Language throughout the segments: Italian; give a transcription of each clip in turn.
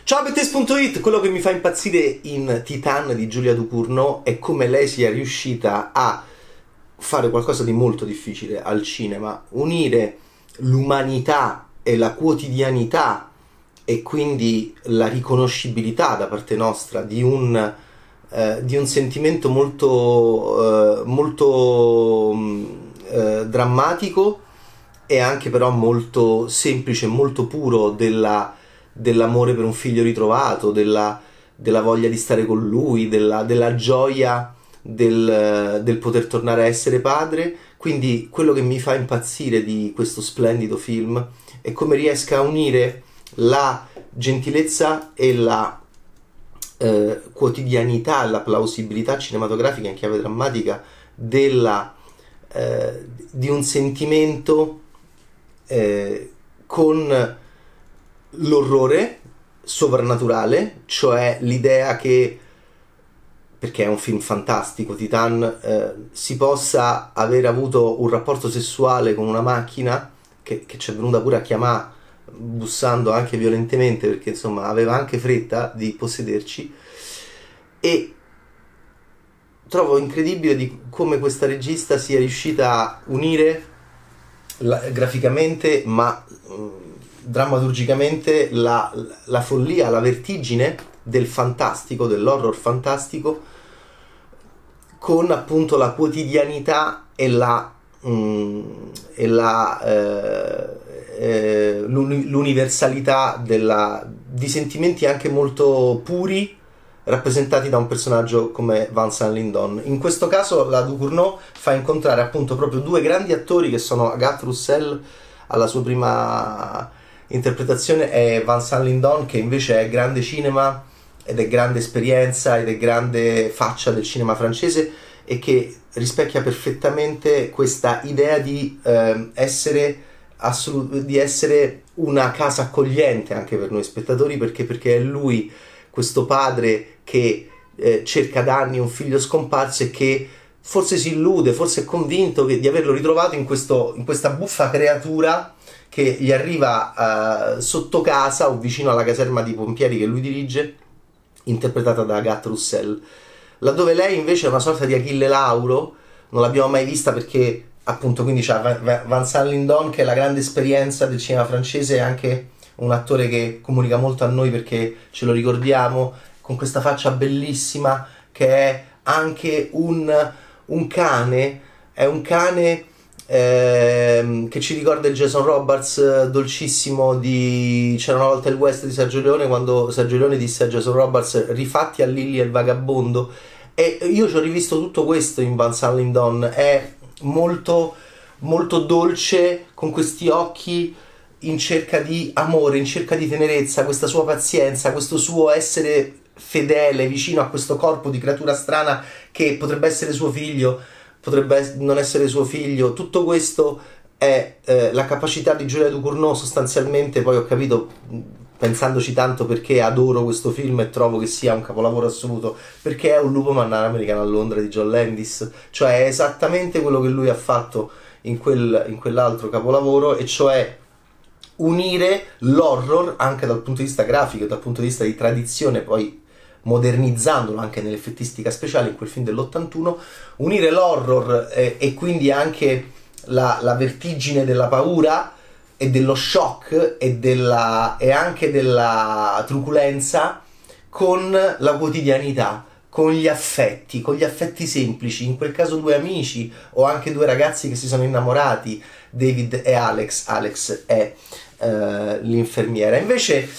Ciao Bettes.it, quello che mi fa impazzire in Titan di Julia Ducournau è come lei sia riuscita a fare qualcosa di molto difficile al cinema, unire l'umanità e la quotidianità e quindi la riconoscibilità da parte nostra di un sentimento molto drammatico e anche però molto semplice, molto puro dell'amore per un figlio ritrovato, della voglia di stare con lui, della gioia del poter tornare a essere padre. Quindi quello che mi fa impazzire di questo splendido film è come riesca a unire la gentilezza e la quotidianità, la plausibilità cinematografica in chiave drammatica di un sentimento con l'orrore sovrannaturale, cioè l'idea che, perché è un film fantastico, Titan, si possa aver avuto un rapporto sessuale con una macchina che ci è venuta pure a chiamare bussando anche violentemente, perché insomma aveva anche fretta di possederci. E trovo incredibile di come questa regista sia riuscita a unire graficamente ma drammaturgicamente la follia, la vertigine del fantastico, dell'horror fantastico, con appunto la quotidianità e l'universalità di sentimenti anche molto puri rappresentati da un personaggio come Vincent Lindon. In questo caso la Ducournau fa incontrare appunto proprio due grandi attori che sono Agathe Roussel alla sua prima interpretazione e Vincent Lindon, che invece è grande cinema ed è grande esperienza ed è grande faccia del cinema francese e che rispecchia perfettamente questa idea di essere una casa accogliente anche per noi spettatori, perché è lui, questo padre che cerca da anni un figlio scomparso e che forse si illude, forse è convinto di averlo ritrovato in questa buffa creatura che gli arriva sotto casa o vicino alla caserma di pompieri che lui dirige, interpretata da Agathe Roussel, laddove lei invece è una sorta di Achille Lauro. Non l'abbiamo mai vista perché appunto quindi c'è Vincent Lindon, che è la grande esperienza del cinema francese, è anche un attore che comunica molto a noi perché ce lo ricordiamo con questa faccia bellissima, che è anche un cane, è un cane che ci ricorda il Jason Robards dolcissimo di C'era una volta il West di Sergio Leone, quando Sergio Leone disse a Jason Robards: rifatti a Lily e il vagabondo. E io ci ho rivisto tutto questo in Vincent Lindon, è molto molto dolce, con questi occhi in cerca di amore, in cerca di tenerezza, questa sua pazienza, questo suo essere fedele vicino a questo corpo di creatura strana che potrebbe essere suo figlio, potrebbe non essere suo figlio. Tutto questo è la capacità di Julia Ducournau sostanzialmente. Poi ho capito, pensandoci tanto, perché adoro questo film e trovo che sia un capolavoro assoluto, perché è un lupo mannaro americano a Londra di John Landis, cioè è esattamente quello che lui ha fatto in quell'altro capolavoro, e cioè unire l'horror anche dal punto di vista grafico e dal punto di vista di tradizione, poi modernizzandolo anche nell'effettistica speciale in quel film dell'81, unire l'horror e quindi anche la vertigine della paura e dello shock e anche della truculenza con la quotidianità, con gli affetti semplici, in quel caso due amici o anche due ragazzi che si sono innamorati, David e Alex è l'infermiera. Invece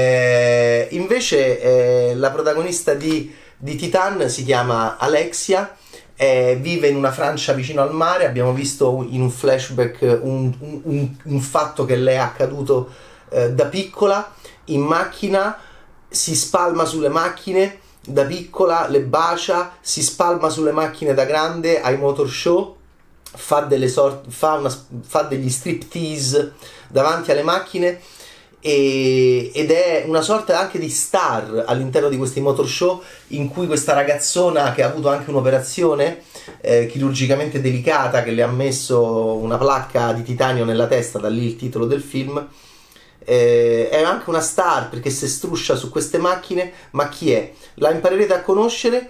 la protagonista di Titan si chiama Alexia, vive in una Francia vicino al mare. Abbiamo visto in un flashback un fatto che le è accaduto da piccola. In macchina si spalma sulle macchine da piccola, le bacia, si spalma sulle macchine da grande ai motor show, fa degli striptease davanti alle macchine ed è una sorta anche di star all'interno di questi motor show, in cui questa ragazzona, che ha avuto anche un'operazione chirurgicamente delicata che le ha messo una placca di titanio nella testa, da lì il titolo del film, è anche una star perché si struscia su queste macchine, ma chi è? La imparerete a conoscere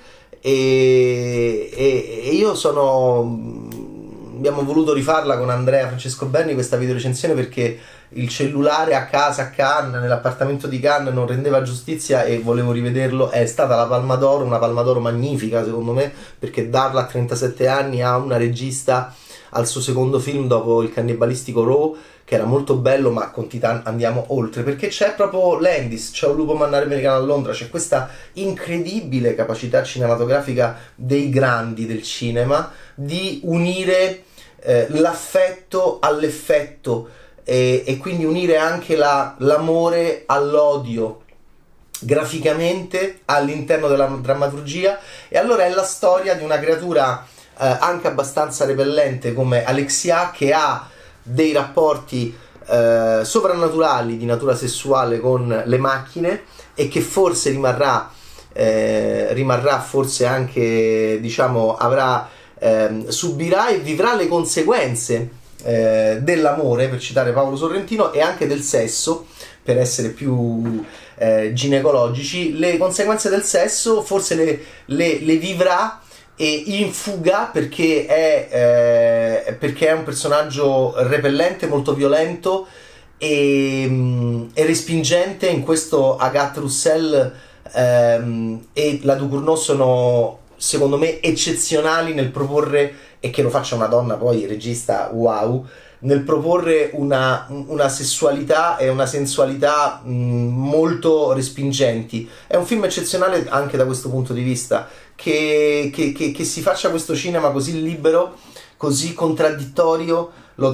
e io abbiamo voluto rifarla con Andrea Francesco Berni questa videorecensione perché il cellulare a casa a Cannes, nell'appartamento di Cannes, non rendeva giustizia e volevo rivederlo. È stata la Palma d'Oro, una Palma d'Oro magnifica secondo me, perché darla a 37 anni a una regista al suo secondo film dopo il cannibalistico Raw, che era molto bello, ma con Titan andiamo oltre, perché c'è proprio Landis, c'è Un lupo mannaro americano a Londra, c'è questa incredibile capacità cinematografica dei grandi del cinema di unire l'affetto all'effetto e quindi unire anche l'amore all'odio graficamente all'interno della drammaturgia. E allora è la storia di una creatura anche abbastanza repellente come Alexia, che ha dei rapporti sovrannaturali di natura sessuale con le macchine e che forse rimarrà forse anche, diciamo, subirà e vivrà le conseguenze dell'amore, per citare Paolo Sorrentino, e anche del sesso, per essere più ginecologici. Le conseguenze del sesso forse le vivrà e in fuga perché è un personaggio repellente, molto violento e respingente. In questo Agathe Roussel e la Ducournau sono secondo me eccezionali nel proporre, e che lo faccia una donna poi regista wow, nel proporre una sessualità e una sensualità molto respingenti. È un film eccezionale anche da questo punto di vista, che si faccia questo cinema così libero, così contraddittorio, lo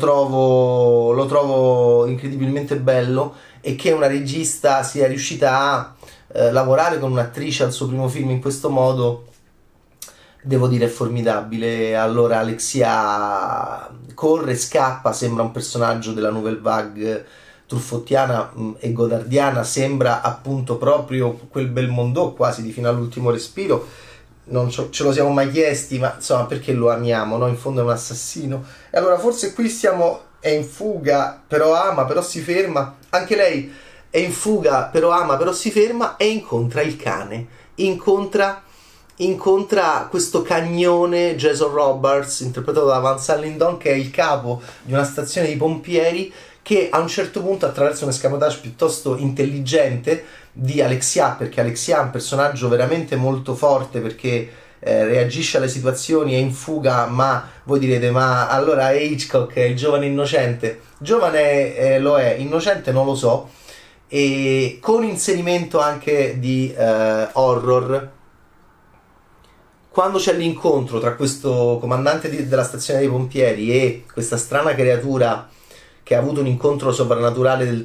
trovo incredibilmente bello, e che una regista sia riuscita a lavorare con un'attrice al suo primo film in questo modo, devo dire è formidabile. Allora Alexia corre, scappa, sembra un personaggio della Nouvelle Vague truffottiana e godardiana, sembra appunto proprio quel Belmondo quasi di Fino all'ultimo respiro. Non ce lo siamo mai chiesti, ma insomma, perché lo amiamo, no? In fondo è un assassino. E allora forse qui è in fuga, però ama, però si ferma. Anche lei è in fuga, però ama, però si ferma, e incontra il cane. Incontra questo cagnone, Jason Robards, interpretato da Vincent Lindon, che è il capo di una stazione di pompieri, che a un certo punto, attraverso un escamotage piuttosto intelligente di Alexia, perché Alexia è un personaggio veramente molto forte, perché reagisce alle situazioni, è in fuga, ma voi direte, ma allora è Hitchcock, è il giovane innocente. Giovane lo è, innocente non lo so, e con inserimento anche di horror. Quando c'è l'incontro tra questo comandante della stazione dei pompieri e questa strana creatura che ha avuto un incontro soprannaturale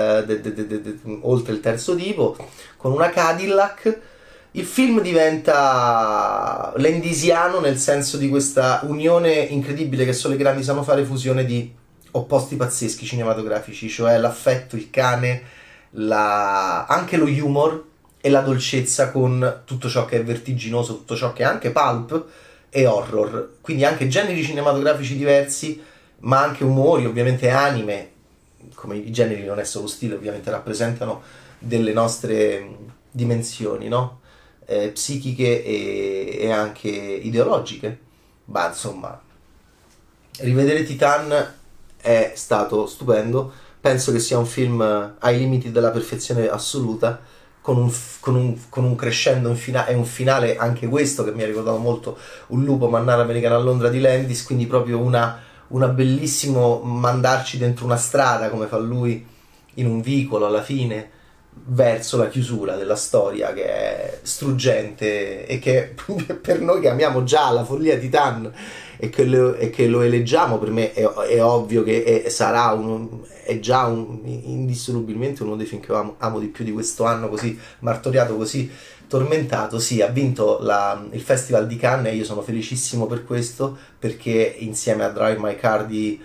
oltre il terzo tipo, con una Cadillac, il film diventa landisiano, nel senso di questa unione incredibile che solo i grandi sanno fare, fusione di opposti pazzeschi cinematografici, cioè l'affetto, il cane, anche lo humor e la dolcezza, con tutto ciò che è vertiginoso, tutto ciò che è anche pulp e horror, quindi anche generi cinematografici diversi, ma anche umori, ovviamente anime, come i generi non è solo stile, ovviamente rappresentano delle nostre dimensioni, no? Psichiche e anche ideologiche. Ma insomma, rivedere Titan è stato stupendo, penso che sia un film ai limiti della perfezione assoluta, con un crescendo e un finale anche questo che mi ha ricordato molto Un lupo mannaro americano a Londra di Landis, quindi proprio una bellissimo mandarci dentro una strada, come fa lui in un vicolo alla fine, verso la chiusura della storia, che è struggente e che per noi che amiamo già la follia Titan e che lo eleggiamo, per me è ovvio che sarà è già indissolubilmente uno dei film che amo di più di questo anno così martoriato, così tormentato. Sì, ha vinto il Festival di Cannes e io sono felicissimo per questo, perché insieme a Drive My Car di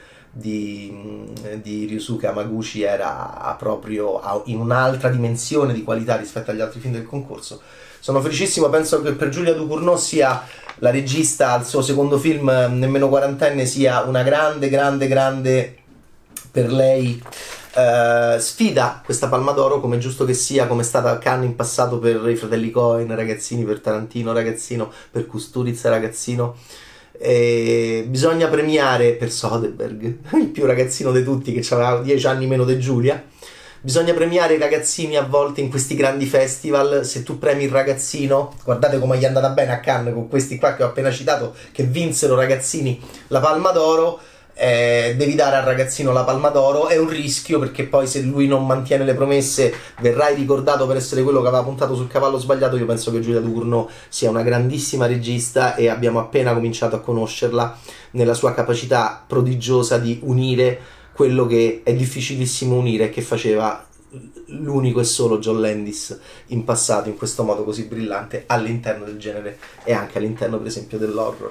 Ryusuke Hamaguchi era proprio in un'altra dimensione di qualità rispetto agli altri film del concorso. Sono felicissimo, penso che per Julia Ducournau sia la regista al suo secondo film, nemmeno quarantenne, sia una grande per lei sfida questa Palma d'Oro, come è giusto che sia, come è stata a Cannes in passato per i fratelli Coen ragazzini, per Tarantino ragazzino, per Kusturica ragazzino. Bisogna premiare per Soderbergh, il più ragazzino di tutti, che aveva 10 anni meno di Giulia. Bisogna premiare i ragazzini a volte in questi grandi festival. Se tu premi il ragazzino, guardate come gli è andata bene a Cannes con questi qua che ho appena citato, che vinsero ragazzini la Palma d'Oro. Devi dare al ragazzino la Palma d'Oro. È un rischio, perché poi se lui non mantiene le promesse verrai ricordato per essere quello che aveva puntato sul cavallo sbagliato. Io penso che Giulia Ducournau sia una grandissima regista e abbiamo appena cominciato a conoscerla nella sua capacità prodigiosa di unire quello che è difficilissimo unire, che faceva l'unico e solo John Landis in passato in questo modo così brillante all'interno del genere e anche all'interno per esempio dell'horror.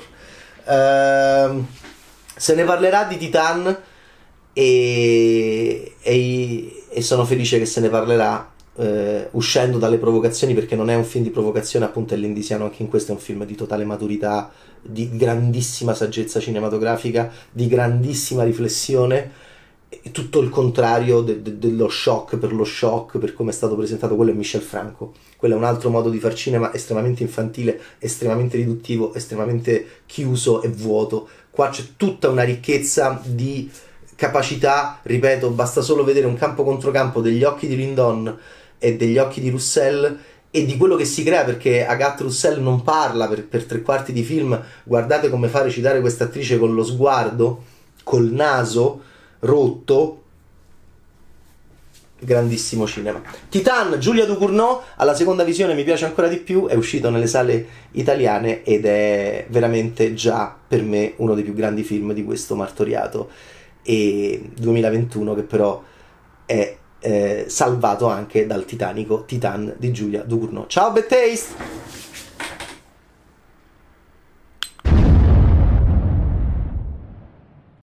Se ne parlerà di Titan e sono felice che se ne parlerà uscendo dalle provocazioni, perché non è un film di provocazione, appunto è l'indisiano, anche in questo è un film di totale maturità, di grandissima saggezza cinematografica, di grandissima riflessione. Tutto il contrario dello shock per lo shock, per come è stato presentato. Quello è Michel Franco, quello è un altro modo di far cinema, estremamente infantile, estremamente riduttivo, estremamente chiuso e vuoto. Qua c'è tutta una ricchezza di capacità, ripeto, basta solo vedere un campo contro campo degli occhi di Lindon e degli occhi di Roussel e di quello che si crea, perché Agathe Roussel non parla per 3/4 di film. Guardate come fa a recitare questa attrice con lo sguardo, col naso rotto. Grandissimo cinema. Titan, Giulia Ducournau, alla seconda visione mi piace ancora di più, è uscito nelle sale italiane ed è veramente già per me uno dei più grandi film di questo martoriato e 2021, che però è salvato anche dal titanico Titan di Giulia Ducournau. Ciao Bad Taste!